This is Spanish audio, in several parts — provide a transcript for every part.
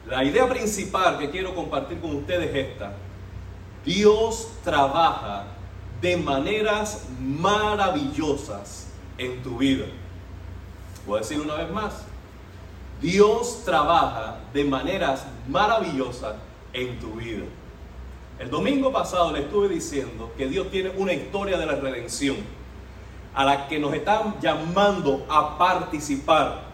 La idea principal que quiero compartir con ustedes es esta: Dios trabaja de maneras maravillosas en tu vida. Voy a decirlo una vez más: Dios trabaja de maneras maravillosas en tu vida. El domingo pasado le estuve diciendo que Dios tiene una historia de la redención a la que nos están llamando a participar.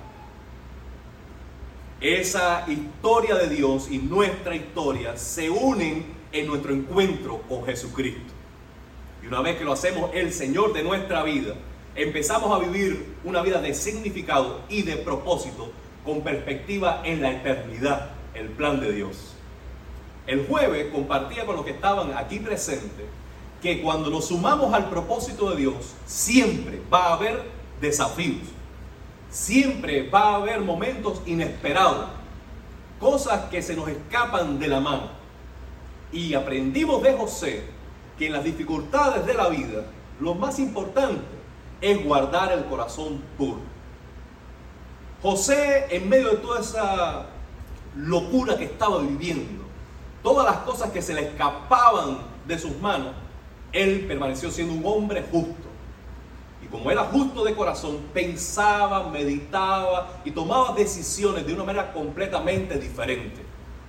Esa historia de Dios y nuestra historia se unen en nuestro encuentro con Jesucristo. Y una vez que lo hacemos el Señor de nuestra vida, empezamos a vivir una vida de significado y de propósito con perspectiva en la eternidad, el plan de Dios. El jueves compartía con los que estaban aquí presentes que cuando nos sumamos al propósito de Dios, siempre va a haber desafíos. Siempre va a haber momentos inesperados, cosas que se nos escapan de la mano. Y aprendimos de José que en las dificultades de la vida, lo más importante es guardar el corazón puro. José, en medio de toda esa locura que estaba viviendo, todas las cosas que se le escapaban de sus manos, él permaneció siendo un hombre justo. Y como era justo de corazón, pensaba, meditaba y tomaba decisiones de una manera completamente diferente.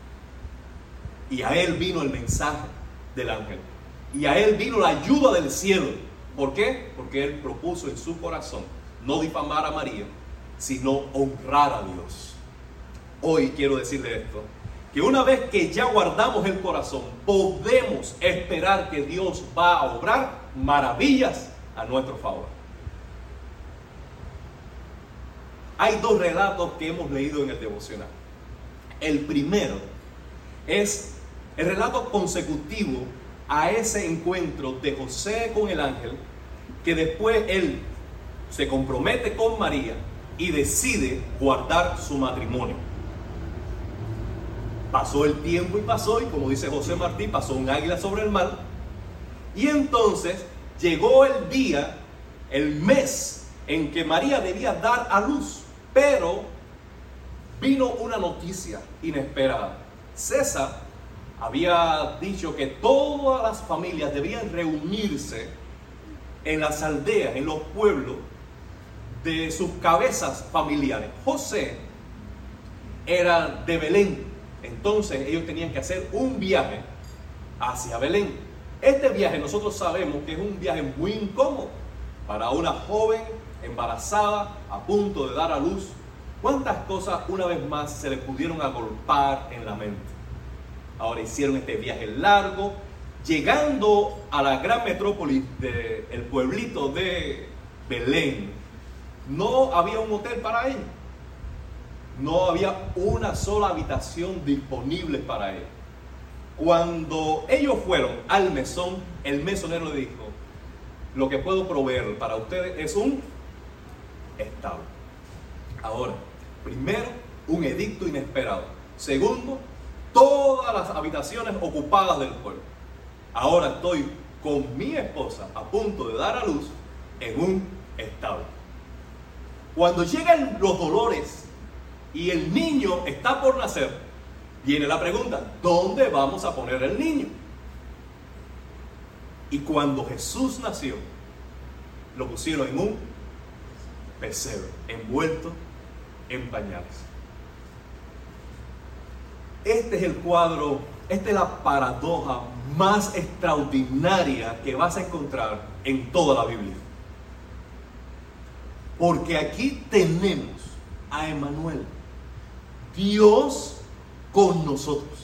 Y a él vino el mensaje del ángel. Y a él vino la ayuda del cielo. ¿Por qué? Porque él propuso en su corazón no difamar a María, sino honrar a Dios. Hoy quiero decirle esto: que una vez que ya guardamos el corazón, podemos esperar que Dios va a obrar maravillas a nuestro favor. Hay dos relatos que hemos leído en el devocional. El primero es el relato consecutivo a ese encuentro de José con el ángel, que después él se compromete con María y decide guardar su matrimonio. Pasó el tiempo y como dice José Martí, pasó un águila sobre el mar. Y entonces llegó el día, el mes en que María debía dar a luz. Pero vino una noticia inesperada. César había dicho que todas las familias debían reunirse en las aldeas, en los pueblos de sus cabezas familiares. José era de Belén. Entonces ellos tenían que hacer un viaje hacia Belén. Este viaje nosotros sabemos que es un viaje muy incómodo para una joven embarazada a punto de dar a luz. ¿Cuántas cosas una vez más se le pudieron agolpar en la mente? Ahora hicieron este viaje largo, llegando a la gran metrópolis del pueblito de Belén. No había un hotel para ellos. No había una sola habitación disponible para ellos. Cuando ellos fueron al mesón, el mesonero le dijo: lo que puedo proveer para ustedes es un establo. Ahora, primero, un edicto inesperado. Segundo, todas las habitaciones ocupadas del pueblo. Ahora estoy con mi esposa a punto de dar a luz en un establo. Cuando llegan los dolores y el niño está por nacer, viene la pregunta: ¿dónde vamos a poner el niño? Y cuando Jesús nació, lo pusieron en un pesebre, envuelto en pañales. Este es el cuadro, esta es la paradoja más extraordinaria que vas a encontrar en toda la Biblia. Porque aquí tenemos a Emmanuel, Dios con nosotros,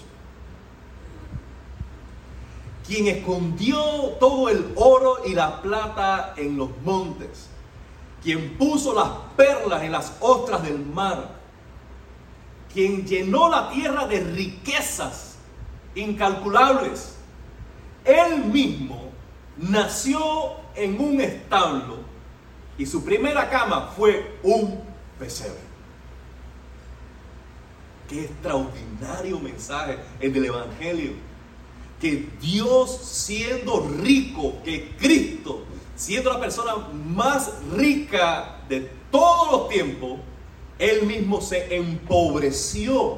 quien escondió todo el oro y la plata en los montes, quien puso las perlas en las ostras del mar, quien llenó la tierra de riquezas incalculables. Él mismo nació en un establo y su primera cama fue un pesebre. Qué extraordinario mensaje el del Evangelio. Que Dios, siendo rico, que Cristo, siendo la persona más rica de todos los tiempos, Él mismo se empobreció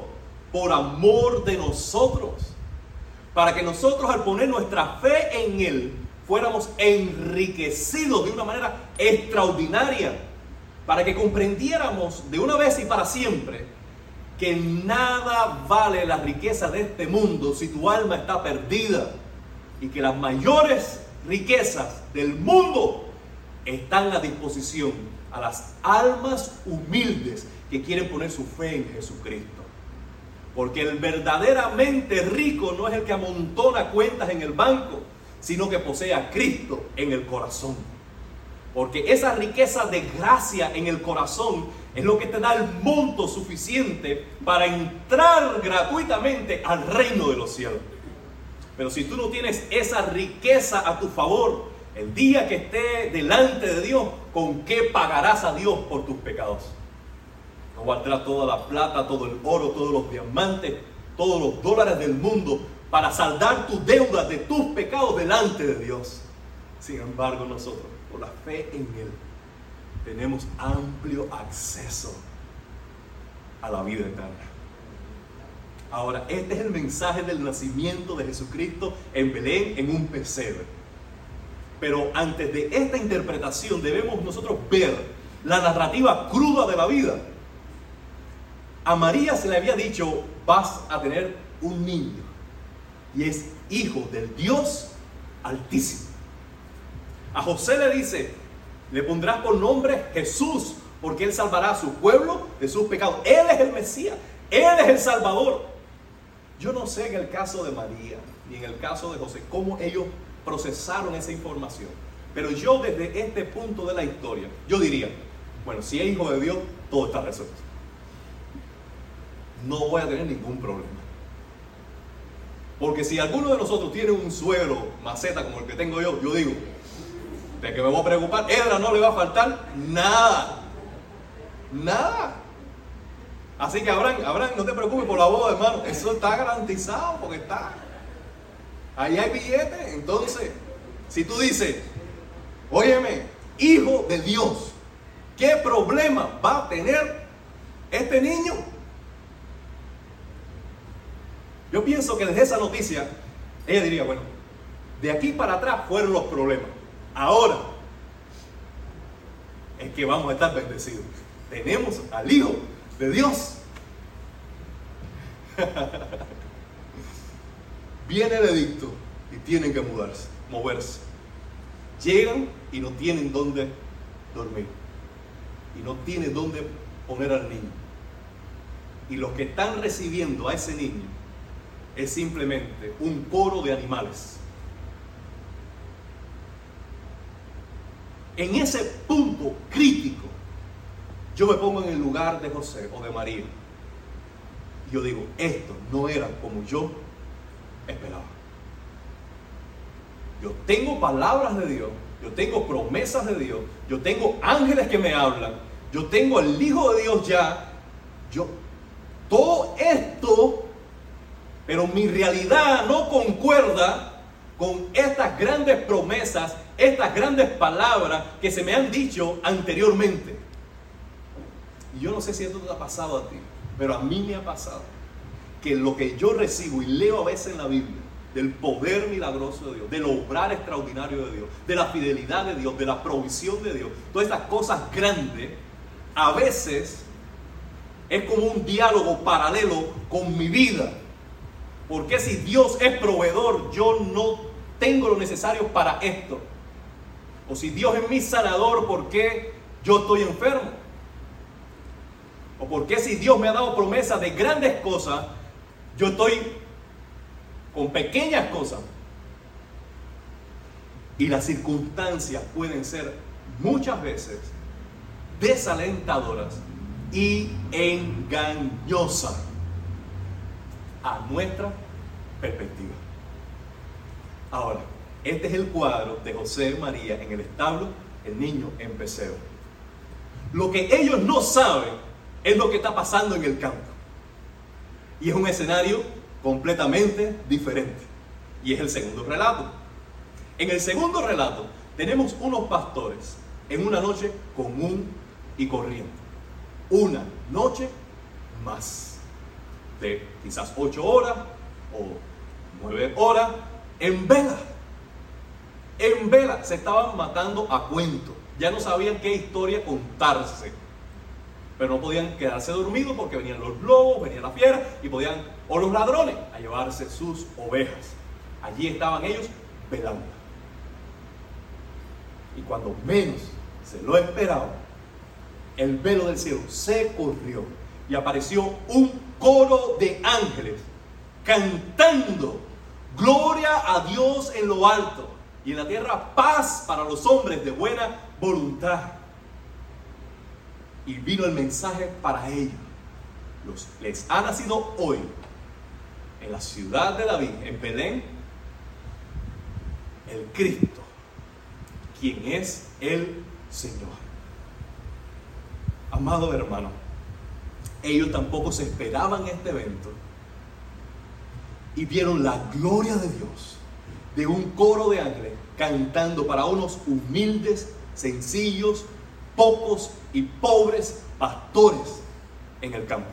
por amor de nosotros, para que nosotros al poner nuestra fe en Él fuéramos enriquecidos de una manera extraordinaria, para que comprendiéramos de una vez y para siempre que nada vale la riqueza de este mundo si tu alma está perdida, y que las mayores riquezas del mundo están a disposición a las almas humildes que quieren poner su fe en Jesucristo. Porque el verdaderamente rico no es el que amontona cuentas en el banco, sino que posee a Cristo en el corazón. Porque esa riqueza de gracia en el corazón es lo que te da el monto suficiente para entrar gratuitamente al reino de los cielos. Pero si tú no tienes esa riqueza a tu favor, el día que esté delante de Dios, ¿con qué pagarás a Dios por tus pecados? No valdrá toda la plata, todo el oro, todos los diamantes, todos los dólares del mundo para saldar tus deudas de tus pecados delante de Dios. Sin embargo, nosotros, por la fe en Él, tenemos amplio acceso a la vida eterna. Ahora, este es el mensaje del nacimiento de Jesucristo en Belén, en un pesebre. Pero antes de esta interpretación debemos nosotros ver la narrativa cruda de la vida. A María se le había dicho: vas a tener un niño y es hijo del Dios Altísimo. A José le dice: le pondrás por nombre Jesús, porque Él salvará a su pueblo de sus pecados. Él es el Mesías, Él es el Salvador. Yo no sé en el caso de María ni en el caso de José cómo ellos procesaron esa información, pero yo desde este punto de la historia, yo diría: bueno, si es hijo de Dios, todo está resuelto. No voy a tener ningún problema. Porque si alguno de nosotros tiene un suegro maceta como el que tengo yo, yo digo: ¿de qué me voy a preocupar? Edra no le va a faltar nada. Nada. Así que Abraham, no te preocupes por la boda, hermano. Eso está garantizado porque está. Ahí hay billetes. Entonces, si tú dices: óyeme, hijo de Dios, ¿qué problema va a tener este niño? Yo pienso que desde esa noticia, ella diría: bueno, de aquí para atrás fueron los problemas. Ahora es que vamos a estar bendecidos. Tenemos al Hijo de Dios. Viene el edicto y tienen que moverse. Llegan y no tienen dónde dormir. Y no tienen dónde poner al niño. Y los que están recibiendo a ese niño es simplemente un coro de animales. En ese punto crítico, yo me pongo en el lugar de José o de María. Y yo digo: esto no era como yo esperaba. Yo tengo palabras de Dios, yo tengo promesas de Dios, yo tengo ángeles que me hablan, yo tengo el Hijo de Dios ya. Todo esto, pero mi realidad no concuerda con estas grandes promesas, estas grandes palabras que se me han dicho anteriormente. Y yo no sé si esto te ha pasado a ti, pero a mí me ha pasado que lo que yo recibo y leo a veces en la Biblia, del poder milagroso de Dios, del obrar extraordinario de Dios, de la fidelidad de Dios, de la provisión de Dios, todas estas cosas grandes, a veces es como un diálogo paralelo con mi vida. Porque si Dios es proveedor, yo no tengo lo necesario para esto. O si Dios es mi sanador, ¿por qué yo estoy enfermo? O por qué si Dios me ha dado promesas de grandes cosas, yo estoy con pequeñas cosas. Y las circunstancias pueden ser muchas veces desalentadoras y engañosas a nuestra perspectiva. Ahora, este es el cuadro de José y María en el establo, el niño en pesebre. Lo que ellos no saben es lo que está pasando en el campo. Y es un escenario completamente diferente. Y es el segundo relato. En el segundo relato tenemos unos pastores en una noche común y corriente. Una noche más. de quizás 8 horas o 9 horas en vela. En vela, se estaban matando a cuento. Ya no sabían qué historia contarse. Pero no podían quedarse dormidos porque venían los lobos, venían las fieras y podían, o los ladrones, a llevarse sus ovejas. Allí estaban ellos velando. Y cuando menos se lo esperaban, el velo del cielo se corrió y apareció un coro de ángeles cantando: gloria a Dios en lo alto y en la tierra paz para los hombres de buena voluntad. Y vino el mensaje para ellos: les ha nacido hoy en la ciudad de David, en Belén, el Cristo, quien es el Señor. Amado hermano, ellos tampoco se esperaban este evento y vieron la gloria de Dios de un coro de ángeles cantando para unos humildes, sencillos, pocos y pobres pastores en el campo.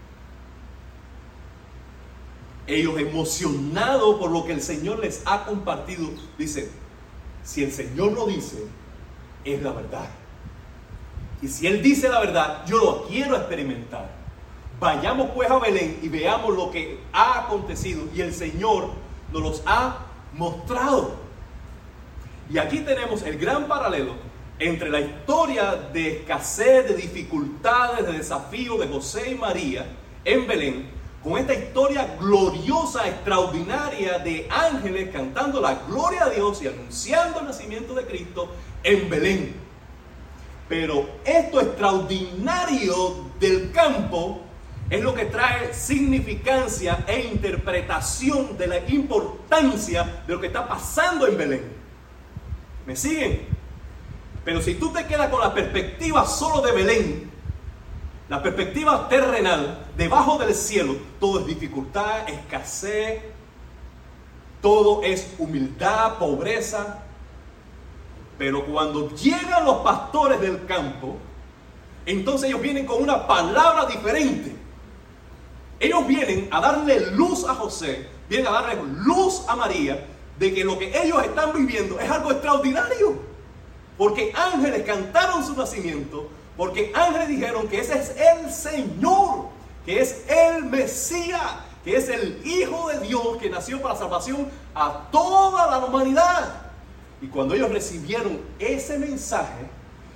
Ellos, emocionados por lo que el Señor les ha compartido, dicen: si el Señor lo dice, es la verdad. Y si Él dice la verdad, yo lo quiero experimentar. Vayamos pues a Belén y veamos lo que ha acontecido. Y el Señor nos los ha mostrado. Y aquí tenemos el gran paralelo entre la historia de escasez, de dificultades, de desafío de José y María en Belén, con esta historia gloriosa, extraordinaria de ángeles cantando la gloria a Dios y anunciando el nacimiento de Cristo en Belén. Pero esto extraordinario del campo es lo que trae significancia e interpretación de la importancia de lo que está pasando en Belén. ¿Me siguen? Pero si tú te quedas con la perspectiva solo de Belén, la perspectiva terrenal, debajo del cielo, todo es dificultad, escasez, todo es humildad, pobreza. Pero cuando llegan los pastores del campo, entonces ellos vienen con una palabra diferente. Ellos vienen a darle luz a José, vienen a darle luz a María, de que lo que ellos están viviendo es algo extraordinario. Porque ángeles cantaron su nacimiento, porque ángeles dijeron que ese es el Señor, que es el Mesías, que es el Hijo de Dios, que nació para salvación a toda la humanidad. Y cuando ellos recibieron ese mensaje,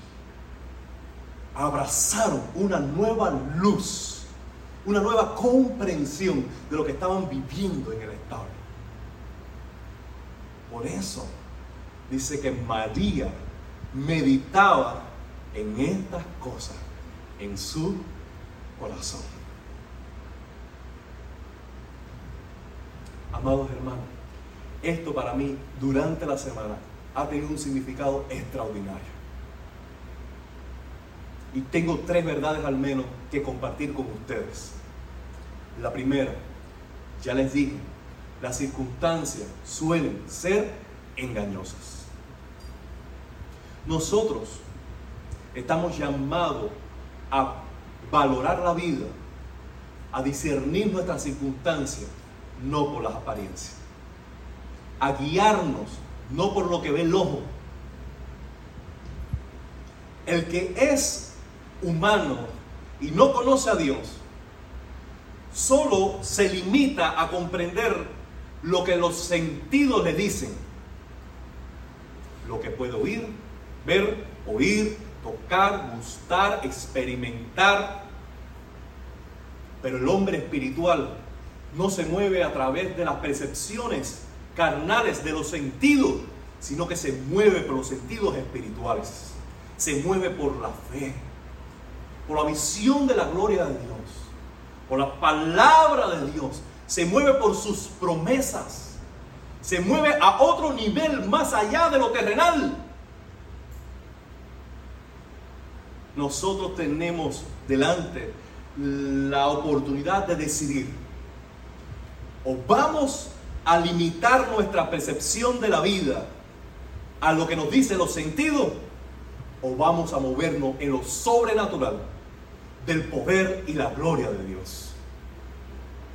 abrazaron una nueva luz, una nueva comprensión de lo que estaban viviendo en el establo. Por eso dice que María meditaba en estas cosas en su corazón. Amados hermanos, esto para mí durante la semana ha tenido un significado extraordinario. Y tengo 3 verdades al menos que compartir con ustedes. La primera, ya les dije, las circunstancias suelen ser engañosas. Nosotros estamos llamados a valorar la vida, a discernir nuestras circunstancias, no por las apariencias, a guiarnos no por lo que ve el ojo. El que es humano y no conoce a Dios solo se limita a comprender lo que los sentidos le dicen, lo que puede oír, ver, oír, tocar, gustar, experimentar. Pero el hombre espiritual no se mueve a través de las percepciones carnales de los sentidos, sino que se mueve por los sentidos espirituales. Se mueve por la fe, por la visión de la gloria de Dios, por la palabra de Dios. Se mueve por sus promesas. Se mueve a otro nivel más allá de lo terrenal. Nosotros tenemos delante la oportunidad de decidir: o vamos a limitar nuestra percepción de la vida a lo que nos dicen los sentidos, o vamos a movernos en lo sobrenatural del poder y la gloria de Dios.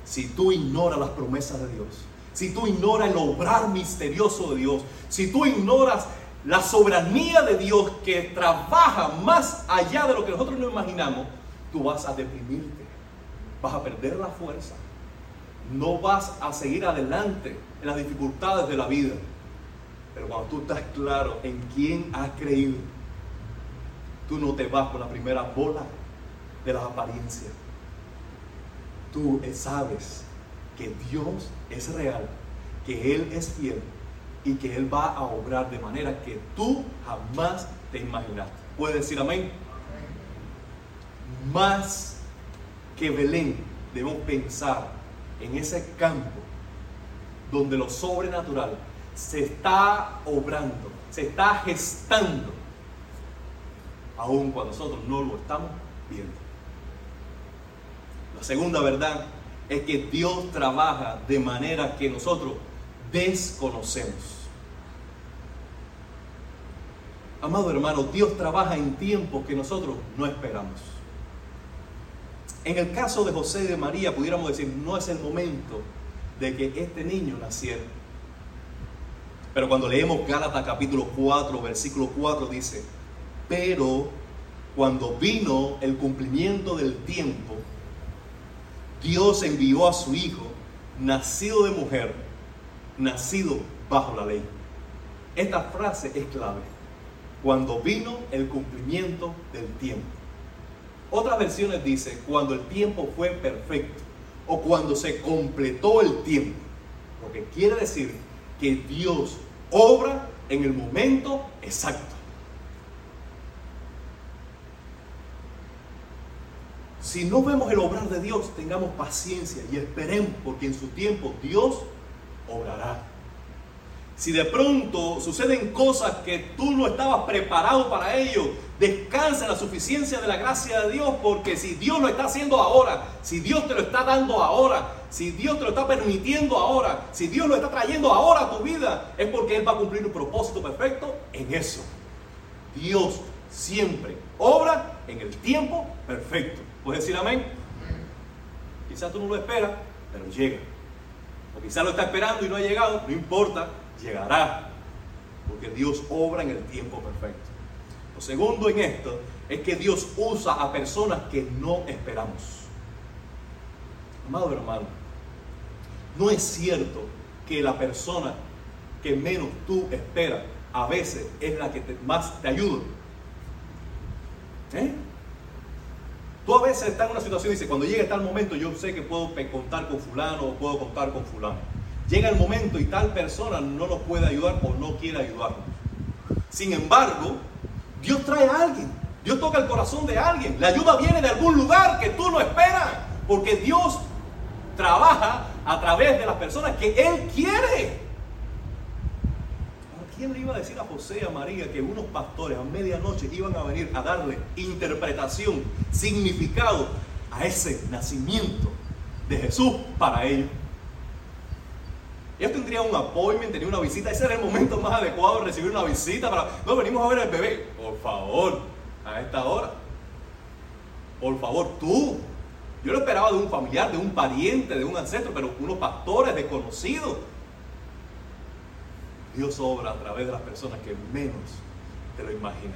si tú ignoras las promesas de Dios, si tú ignoras el obrar misterioso de Dios, si tú ignoras la soberanía de Dios que trabaja más allá de lo que nosotros nos imaginamos, tú vas a deprimirte, vas a perder la fuerza, no vas a seguir adelante en las dificultades de la vida. Pero cuando tú estás claro en quién has creído, tú no te vas con la primera bola de las apariencias. Tú sabes que Dios es real, que Él es fiel y que Él va a obrar de manera que tú jamás te imaginaste. ¿Puedes decir amén? Más que Belén, debemos pensar en ese campo donde lo sobrenatural se está obrando, se está gestando, aun cuando nosotros no lo estamos viendo. La segunda verdad es que Dios trabaja de manera que nosotros desconocemos. Amado hermano, Dios trabaja en tiempos que nosotros no esperamos. En el caso de José y de María, pudiéramos decir, no es el momento de que este niño naciera. Pero cuando leemos Gálatas capítulo 4, versículo 4, dice: pero cuando vino el cumplimiento del tiempo, Dios envió a su Hijo, nacido de mujer, nacido bajo la ley. Esta frase es clave. Cuando vino el cumplimiento del tiempo. Otras versiones dicen cuando el tiempo fue perfecto o cuando se completó el tiempo. Lo que quiere decir que Dios obra en el momento exacto. Si no vemos el obrar de Dios, tengamos paciencia y esperemos, porque en su tiempo Dios obrará. Si de pronto suceden cosas que tú no estabas preparado para ello, descansa en la suficiencia de la gracia de Dios, porque si Dios lo está haciendo ahora, si Dios te lo está dando ahora, si Dios te lo está permitiendo ahora, si Dios lo está trayendo ahora a tu vida, es porque Él va a cumplir un propósito perfecto en eso. Dios siempre obra en el tiempo perfecto. ¿Puedes decir amén? Quizás tú no lo esperas, pero llega. O quizás lo está esperando y no ha llegado, no importa, llegará. Porque Dios obra en el tiempo perfecto. Lo segundo en esto es que Dios usa a personas que no esperamos. Amado hermano, no es cierto que la persona que menos tú esperas a veces es la que más te ayuda. Tú a veces estás en una situación y dices, cuando llegue tal momento yo sé que puedo contar con fulano o puedo contar con fulano. Llega el momento y tal persona no nos puede ayudar o no quiere ayudarnos. Sin embargo, Dios trae a alguien, Dios toca el corazón de alguien. La ayuda viene de algún lugar que tú no esperas, porque Dios trabaja a través de las personas que Él quiere. ¿Quién le iba a decir a José y a María que unos pastores a medianoche iban a venir a darle interpretación, significado a ese nacimiento de Jesús para ellos? Ellos tendrían un appointment, tenían una visita. Ese era el momento más adecuado de recibir una visita. No, venimos a ver al bebé. Por favor, a esta hora. Por favor, tú. Yo lo esperaba de un familiar, de un pariente, de un ancestro, pero unos pastores desconocidos. Dios obra a través de las personas que menos te lo imaginan.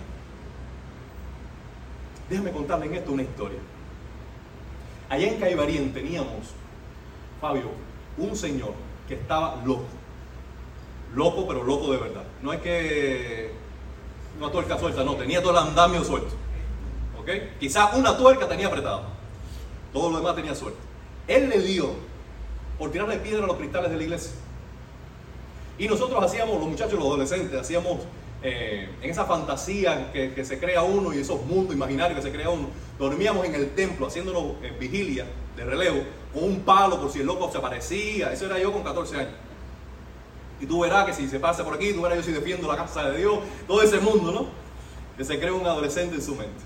Déjame contarle en esto una historia. Allá en Caibarien teníamos, Fabio, un señor que estaba loco. Loco, pero loco de verdad. No es que una tuerca suelta, no, tenía todo el andamio suelto. ¿Ok? Quizás una tuerca tenía apretada. Todo lo demás tenía suelto. Él le dio por tirarle piedra a los cristales de la iglesia. Y nosotros hacíamos, los muchachos, los adolescentes, hacíamos en esa fantasía que se crea uno y esos mundos imaginarios que se crea uno, dormíamos en el templo haciéndonos vigilia de relevo con un palo por si el loco se aparecía. Eso era yo con 14 años. Y tú verás que si se pasa por aquí, tú verás yo si defiendo la casa de Dios, todo ese mundo, ¿no? Que se crea un adolescente en su mente.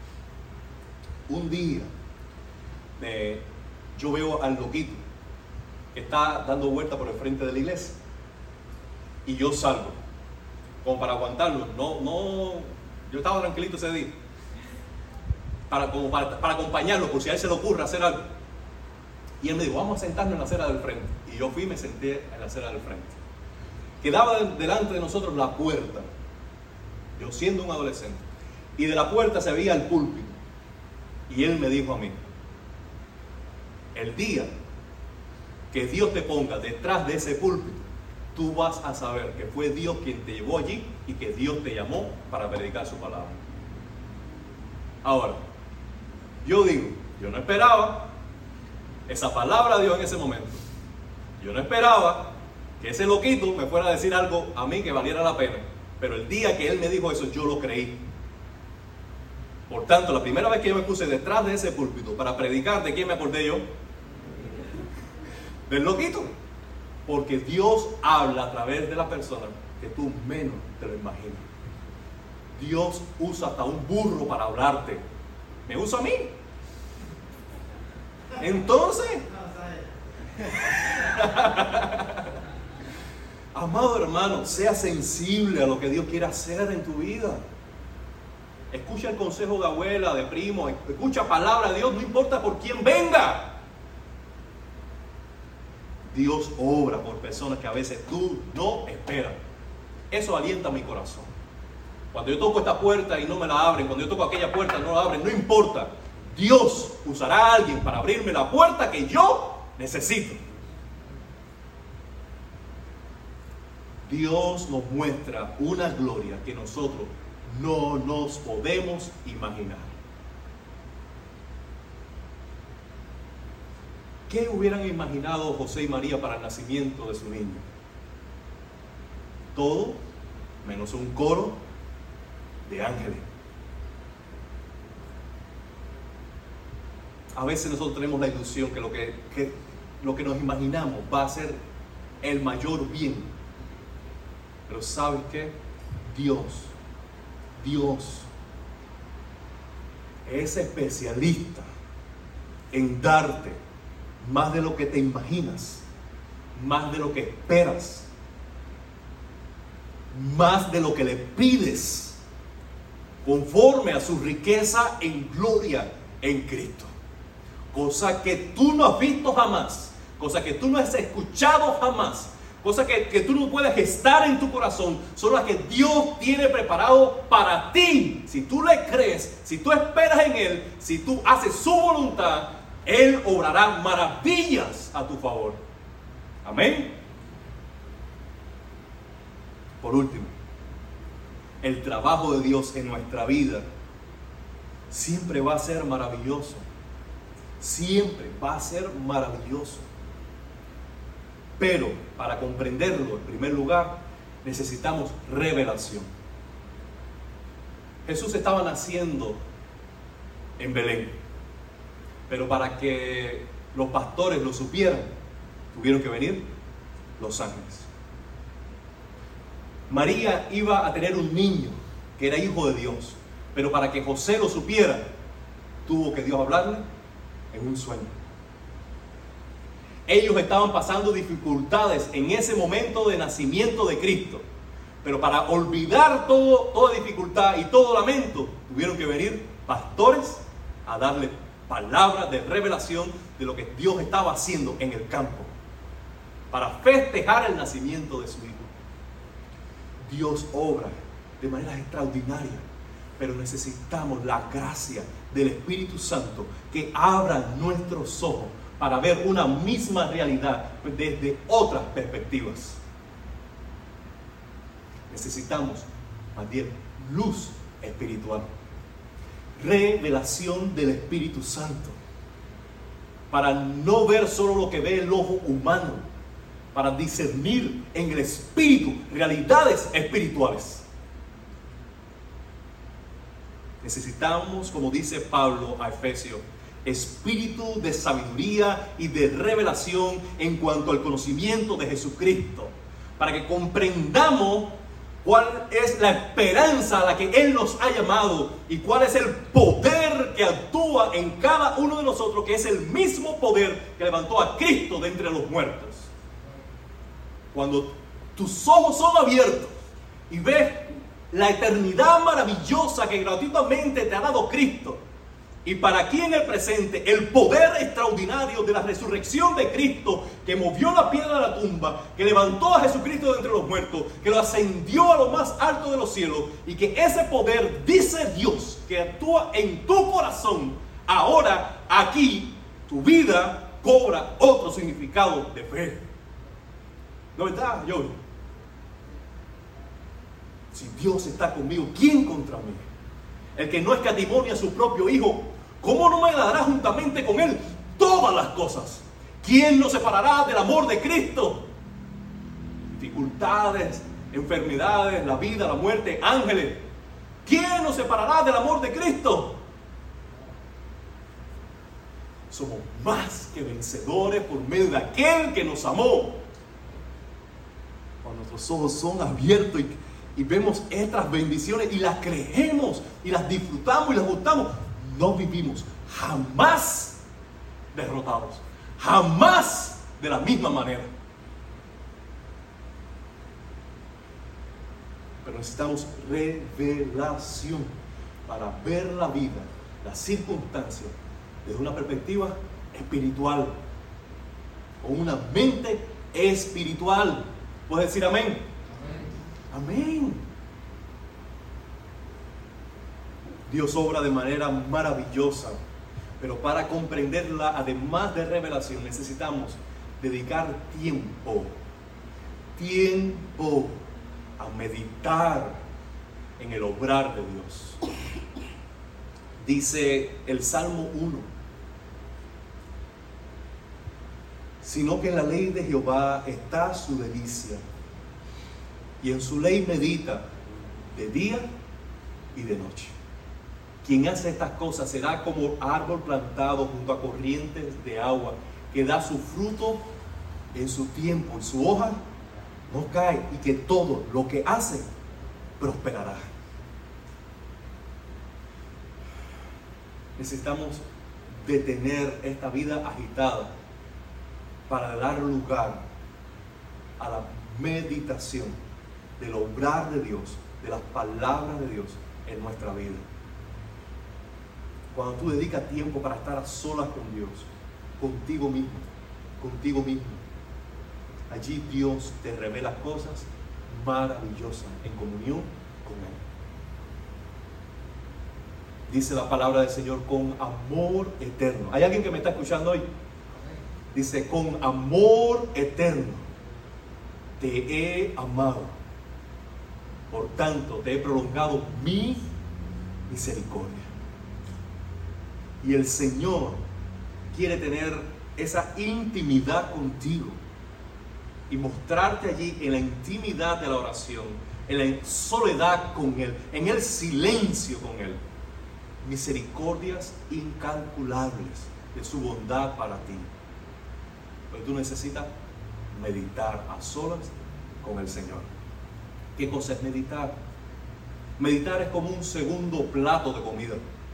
Un día yo veo al loquito que está dando vuelta por el frente de la iglesia. Y yo salgo, como para aguantarlo. Yo estaba tranquilito ese día. Para acompañarlo, por si a él se le ocurre hacer algo. Y él me dijo, vamos a sentarnos en la acera del frente. Y yo fui y me senté en la acera del frente. Quedaba delante de nosotros la puerta, yo siendo un adolescente, y de la puerta se veía el púlpito. Y él me dijo a mí, el día que Dios te ponga detrás de ese púlpito, tú vas a saber que fue Dios quien te llevó allí y que Dios te llamó para predicar su palabra. Ahora, yo digo, yo no esperaba esa palabra de Dios en ese momento. Yo no esperaba que ese loquito me fuera a decir algo a mí que valiera la pena. Pero el día que él me dijo eso, yo lo creí. Por tanto, la primera vez que yo me puse detrás de ese púlpito para predicar, ¿de quién me acordé yo? Del loquito. Porque Dios habla a través de la persona que tú menos te lo imaginas. Dios usa hasta un burro para hablarte. ¿Me usa a mí? Entonces, amado hermano, sea sensible a lo que Dios quiere hacer en tu vida. Escucha el consejo de abuela, de primo, escucha palabra de Dios, no importa por quién venga. Dios obra por personas que a veces tú no esperas. Eso alienta mi corazón. Cuando yo toco esta puerta y no me la abren, cuando yo toco aquella puerta y no la abren, no importa. Dios usará a alguien para abrirme la puerta que yo necesito. Dios nos muestra una gloria que nosotros no nos podemos imaginar. ¿Qué hubieran imaginado José y María para el nacimiento de su niño? Todo menos un coro de ángeles. A veces nosotros tenemos la ilusión que lo que nos imaginamos va a ser el mayor bien. Pero ¿sabes qué? Dios es especialista en darte más de lo que te imaginas, más de lo que esperas, más de lo que le pides, conforme a su riqueza en gloria en Cristo. Cosa que tú no has visto jamás, cosa que tú no has escuchado jamás, cosa que tú no puedes gestar en tu corazón, son las que Dios tiene preparado para ti. Si tú le crees, si tú esperas en Él, si tú haces su voluntad, Él obrará maravillas a tu favor. Amén. Por último, el trabajo de Dios en nuestra vida siempre va a ser maravilloso. Siempre va a ser maravilloso. Pero para comprenderlo, en primer lugar, necesitamos revelación. Jesús estaba naciendo en Belén, pero para que los pastores lo supieran, tuvieron que venir los ángeles. María iba a tener un niño que era hijo de Dios, pero para que José lo supiera, tuvo que Dios hablarle en un sueño. Ellos estaban pasando dificultades en ese momento de nacimiento de Cristo, pero para olvidar toda dificultad y todo lamento, tuvieron que venir pastores a darle palabras de revelación de lo que Dios estaba haciendo en el campo, para festejar el nacimiento de su hijo. Dios obra de maneras extraordinarias, pero necesitamos la gracia del Espíritu Santo que abra nuestros ojos para ver una misma realidad desde otras perspectivas. Necesitamos, más bien, luz espiritual, revelación del Espíritu Santo, para no ver solo lo que ve el ojo humano, para discernir en el Espíritu realidades espirituales. Necesitamos, como dice Pablo a Efesios, espíritu de sabiduría y de revelación en cuanto al conocimiento de Jesucristo, para que comprendamos cuál es la esperanza a la que Él nos ha llamado y cuál es el poder que actúa en cada uno de nosotros, que es el mismo poder que levantó a Cristo de entre los muertos. Cuando tus ojos son abiertos y ves la eternidad maravillosa que gratuitamente te ha dado Cristo, Y para aquí en el presente, el poder extraordinario de la resurrección de Cristo, que movió la piedra de la tumba, que levantó a Jesucristo de entre los muertos, que lo ascendió a lo más alto de los cielos, y que ese poder, dice Dios, que actúa en tu corazón, ahora, aquí, tu vida cobra otro significado de fe. ¿No es verdad, Joey? Si Dios está conmigo, ¿quién contra mí? El que no escatimó a su propio Hijo, ¿cómo no me dará juntamente con Él todas las cosas? ¿Quién nos separará del amor de Cristo? Dificultades, enfermedades, la vida, la muerte, ángeles. ¿Quién nos separará del amor de Cristo? Somos más que vencedores por medio de aquel que nos amó. Cuando nuestros ojos son abiertos y vemos estas bendiciones y las creemos y las disfrutamos y las gustamos, no vivimos jamás derrotados, jamás de la misma manera. Pero necesitamos revelación para ver la vida, las circunstancias, desde una perspectiva espiritual, con una mente espiritual. ¿Puedes decir amén? Amén. Dios obra de manera maravillosa, pero para comprenderla, además de revelación, necesitamos dedicar tiempo a meditar en el obrar de Dios. Dice el Salmo 1: sino que en la ley de Jehová está su delicia, y en su ley medita de día y de noche. Quien hace estas cosas será como árbol plantado junto a corrientes de agua, que da su fruto en su tiempo, y su hoja no cae, y que todo lo que hace prosperará. Necesitamos detener esta vida agitada para dar lugar a la meditación del obrar de Dios, de las palabras de Dios en nuestra vida. Cuando tú dedicas tiempo para estar a solas con Dios, contigo mismo, allí Dios te revela cosas maravillosas en comunión con Él. Dice la palabra del Señor: con amor eterno. ¿Hay alguien que me está escuchando hoy? Dice: con amor eterno te he amado, por tanto te he prolongado mi misericordia. Y el Señor quiere tener esa intimidad contigo y mostrarte allí en la intimidad de la oración, en la soledad con Él, en el silencio con Él, misericordias incalculables de su bondad para ti. Pero tú necesitas meditar a solas con el Señor. ¿Qué cosa es meditar? Meditar es como un segundo plato de comida.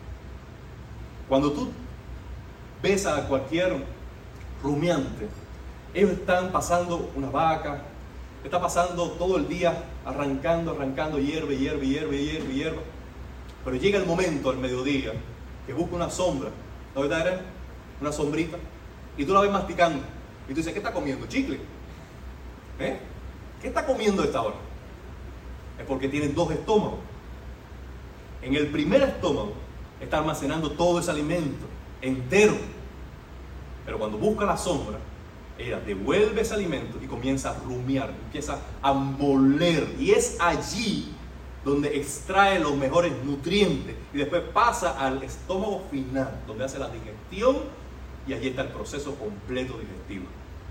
Cuando tú ves a cualquier rumiante, ellos están pasando una vaca, está pasando todo el día arrancando, hierve. Pero llega el momento, al mediodía, que busca una sombra, ¿no verdad? Una sombrita, y tú la ves masticando, y tú dices: ¿qué está comiendo? ¿Chicle? ¿Qué está comiendo a esta hora? Es porque tienen dos estómagos. En el primer estómago está almacenando todo ese alimento entero, pero cuando busca la sombra, ella devuelve ese alimento y comienza a rumiar, empieza a moler, y es allí donde extrae los mejores nutrientes y después pasa al estómago final, donde hace la digestión, y allí está el proceso completo digestivo.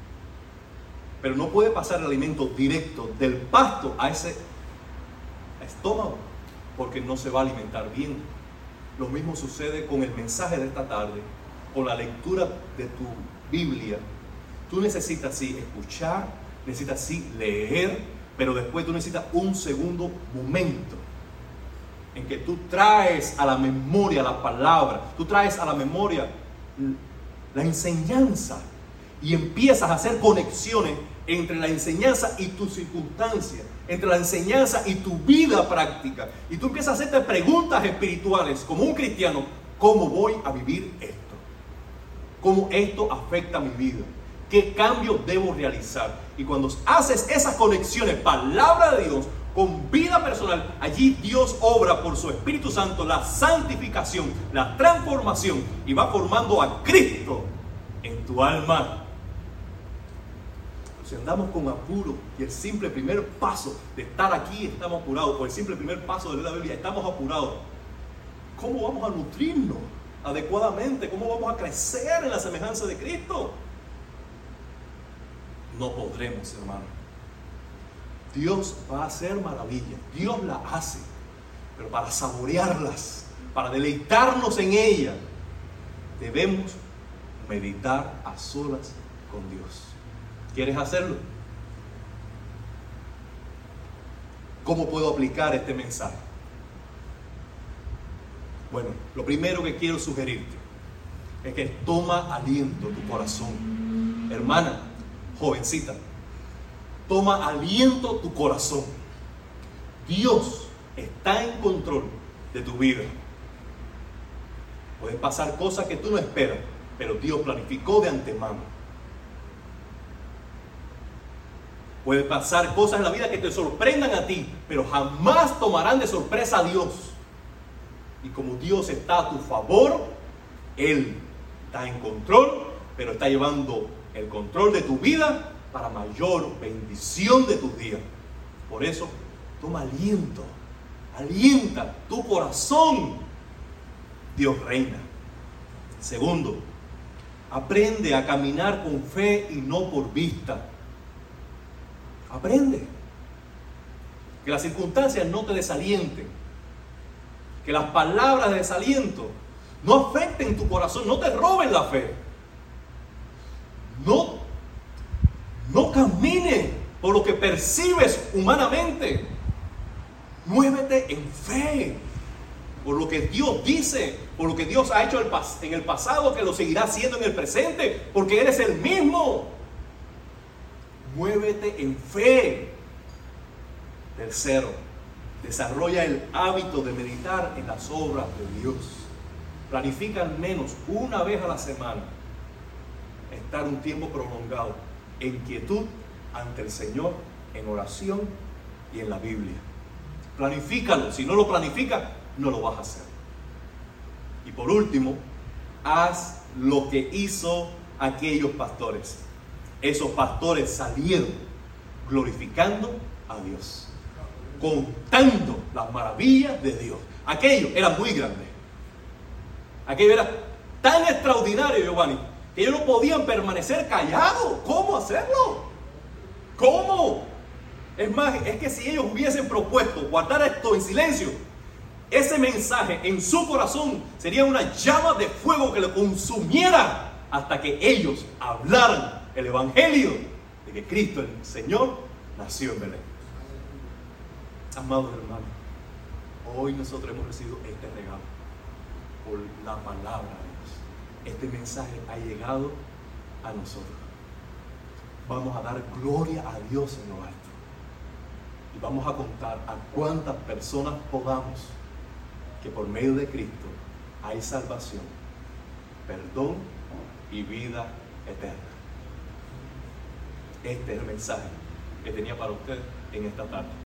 Pero no puede pasar el alimento directo del pasto a ese estómago, porque no se va a alimentar bien. Lo mismo sucede con el mensaje de esta tarde, con la lectura de tu Biblia. Tú necesitas sí escuchar, necesitas sí leer, pero después tú necesitas un segundo momento en que tú traes a la memoria la palabra, tú traes a la memoria la enseñanza y empiezas a hacer conexiones entre la enseñanza y tu circunstancia, entre la enseñanza y tu vida práctica, y tú empiezas a hacerte preguntas espirituales como un cristiano: ¿Cómo voy a vivir esto? ¿Cómo esto afecta mi vida? ¿Qué cambios debo realizar? Y cuando haces esas conexiones, palabra de Dios, con vida personal, allí Dios obra por su Espíritu Santo la santificación, la transformación, y va formando a Cristo en tu alma. Si andamos con apuro y el simple primer paso de estar aquí estamos apurados, o el simple primer paso de leer la Biblia estamos apurados, ¿cómo vamos a nutrirnos adecuadamente? ¿Cómo vamos a crecer en la semejanza de Cristo? No podremos, hermano. Dios va a hacer maravillas, Dios las hace, pero para saborearlas, para deleitarnos en ellas, debemos meditar a solas con Dios. ¿Quieres hacerlo? ¿Cómo puedo aplicar este mensaje? Bueno, lo primero que quiero sugerirte es que toma aliento tu corazón. Hermana, jovencita, toma aliento tu corazón. Dios está en control de tu vida. Pueden pasar cosas que tú no esperas, pero Dios planificó de antemano. Pueden pasar cosas en la vida que te sorprendan a ti, pero jamás tomarán de sorpresa a Dios. Y como Dios está a tu favor, Él está en control, pero está llevando el control de tu vida para mayor bendición de tus días. Por eso, toma aliento, alienta tu corazón. Dios reina. Segundo, aprende a caminar con fe y no por vista. Aprende. Que las circunstancias no te desalienten. Que las palabras de desaliento no afecten tu corazón, no te roben la fe. No camines por lo que percibes humanamente. Muévete en fe. Por lo que Dios dice, por lo que Dios ha hecho en el pasado, que lo seguirá haciendo en el presente, porque eres el mismo. Muévete en fe. Tercero, desarrolla el hábito de meditar en las obras de Dios. Planifica al menos una vez a la semana estar un tiempo prolongado en quietud ante el Señor, en oración y en la Biblia. Planifícalo. Si no lo planificas, no lo vas a hacer. Y por último, haz lo que hizo aquellos pastores. Esos pastores salieron glorificando a Dios, contando las maravillas de Dios. Aquello era muy grande. Aquello era tan extraordinario, Giovanni, que ellos no podían permanecer callados. ¿Cómo hacerlo? ¿Cómo? Es más, es que si ellos hubiesen propuesto guardar esto en silencio, ese mensaje en su corazón sería una llama de fuego que lo consumiera hasta que ellos hablaran el evangelio de que Cristo el Señor nació en Belén. Amados hermanos, hoy nosotros hemos recibido este regalo por la palabra de Dios. Este mensaje ha llegado a nosotros. Vamos a dar gloria a Dios en lo alto. Y vamos a contar a cuántas personas podamos que por medio de Cristo hay salvación, perdón y vida eterna. Este es el mensaje que tenía para usted en esta tarde.